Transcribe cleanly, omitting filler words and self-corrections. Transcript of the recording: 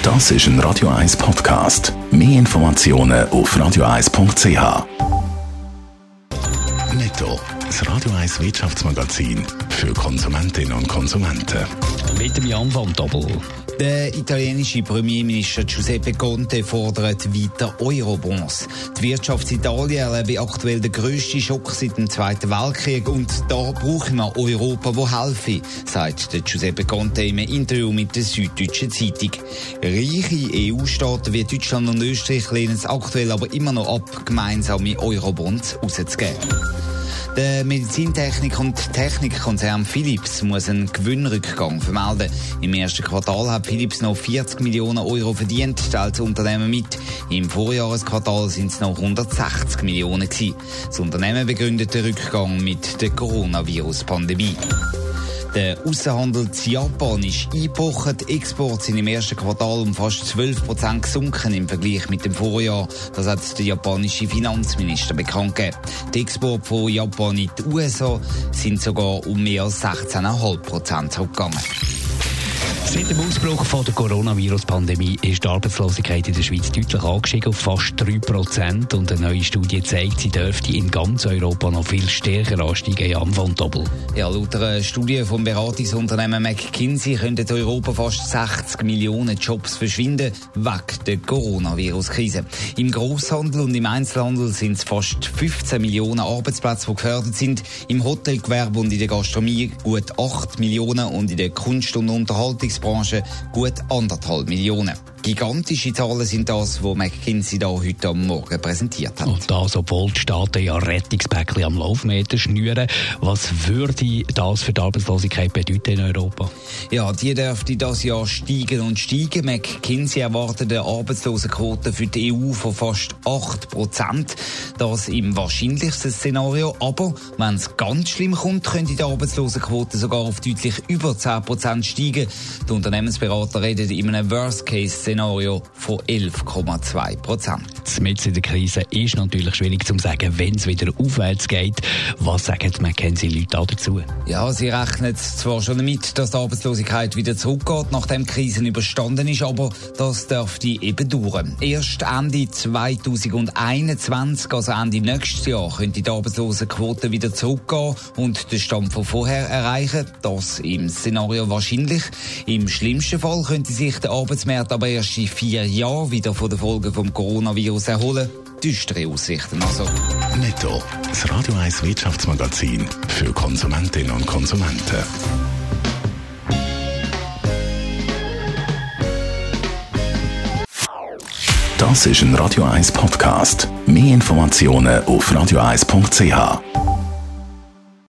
Das ist ein Radio 1 Podcast. Mehr Informationen auf radio1.ch. Netto, das Radio 1 Wirtschaftsmagazin für Konsumentinnen und Konsumenten. Mit dem Jan van Dobbel. Der italienische Premierminister Giuseppe Conte fordert weiter Eurobonds. Die Wirtschaft in Italien erlebt aktuell den grössten Schock seit dem Zweiten Weltkrieg und da brauchen wir Europa, wo helfe, sagt der Giuseppe Conte im Interview mit der Süddeutschen Zeitung. Reiche EU-Staaten wie Deutschland und Österreich lehnen es aktuell aber immer noch ab, gemeinsame Eurobonds rauszugeben. Der Medizintechnik- und Technikkonzern Philips muss einen Gewinnrückgang vermelden. Im ersten Quartal hat Philips noch 40 Millionen Euro verdient, teilt das Unternehmen mit. Im Vorjahresquartal sind es noch 160 Millionen gewesen. Das Unternehmen begründet den Rückgang mit der Coronavirus-Pandemie. Der Aussenhandel in Japan ist eingebrochen. Die Exporte sind im ersten Quartal um fast 12% gesunken im Vergleich mit dem Vorjahr. Das hat der japanische Finanzminister bekannt gegeben. Die Exporte von Japan in die USA sind sogar um mehr als 16,5% zurückgegangen. Seit dem Ausbruch von der Coronavirus-Pandemie ist die Arbeitslosigkeit in der Schweiz deutlich angestiegen auf fast 3%. Und eine neue Studie zeigt, sie dürfte in ganz Europa noch viel stärker ansteigen. Jan van Dobbel. Ja, laut einer Studie vom Beratungsunternehmen McKinsey könnten in Europa fast 60 Millionen Jobs verschwinden wegen der Coronavirus-Krise. Im Grosshandel und im Einzelhandel sind es fast 15 Millionen Arbeitsplätze, die gefährdet sind. Im Hotelgewerbe und in der Gastronomie gut 8 Millionen und in der Kunst- und Unterhaltungsbranche gut 1,5 Millionen. Gigantische Zahlen sind das, die McKinsey da heute am Morgen präsentiert hat. Und das, obwohl die Staaten ja Rettungspäckchen am Laufmeter schnüren. Was würde das für die Arbeitslosigkeit bedeuten in Europa? Ja, die dürfte das Jahr steigen und steigen. McKinsey erwartet eine Arbeitslosenquote für die EU von fast 8%. Das im wahrscheinlichsten Szenario. Aber wenn es ganz schlimm kommt, könnte die Arbeitslosenquote sogar auf deutlich über 10% steigen. Die Unternehmensberater reden in einem Worst-Case-Szenario von 11,2%. Mitten in der Krise ist natürlich schwierig zu sagen, wenn es wieder aufwärts geht. Was sagen die McKinsey-Leute dazu? Ja, sie rechnen zwar schon damit, dass die Arbeitslosigkeit wieder zurückgeht, nachdem die Krise überstanden ist, aber das dürfte eben dauern. Erst Ende 2021, also Ende nächstes Jahr, könnte die Arbeitslosenquote wieder zurückgehen und den Stand von vorher erreichen. Das im Szenario wahrscheinlich. Im schlimmsten Fall könnte sich der Arbeitsmarkt aber erst in 4 Jahren wieder von den Folgen vom Coronavirus erholen. Düstere Aussichten also. Netto, das Radio 1 Wirtschaftsmagazin für Konsumentinnen und Konsumenten. Das ist ein Radio 1 Podcast. Mehr Informationen auf radio1.ch.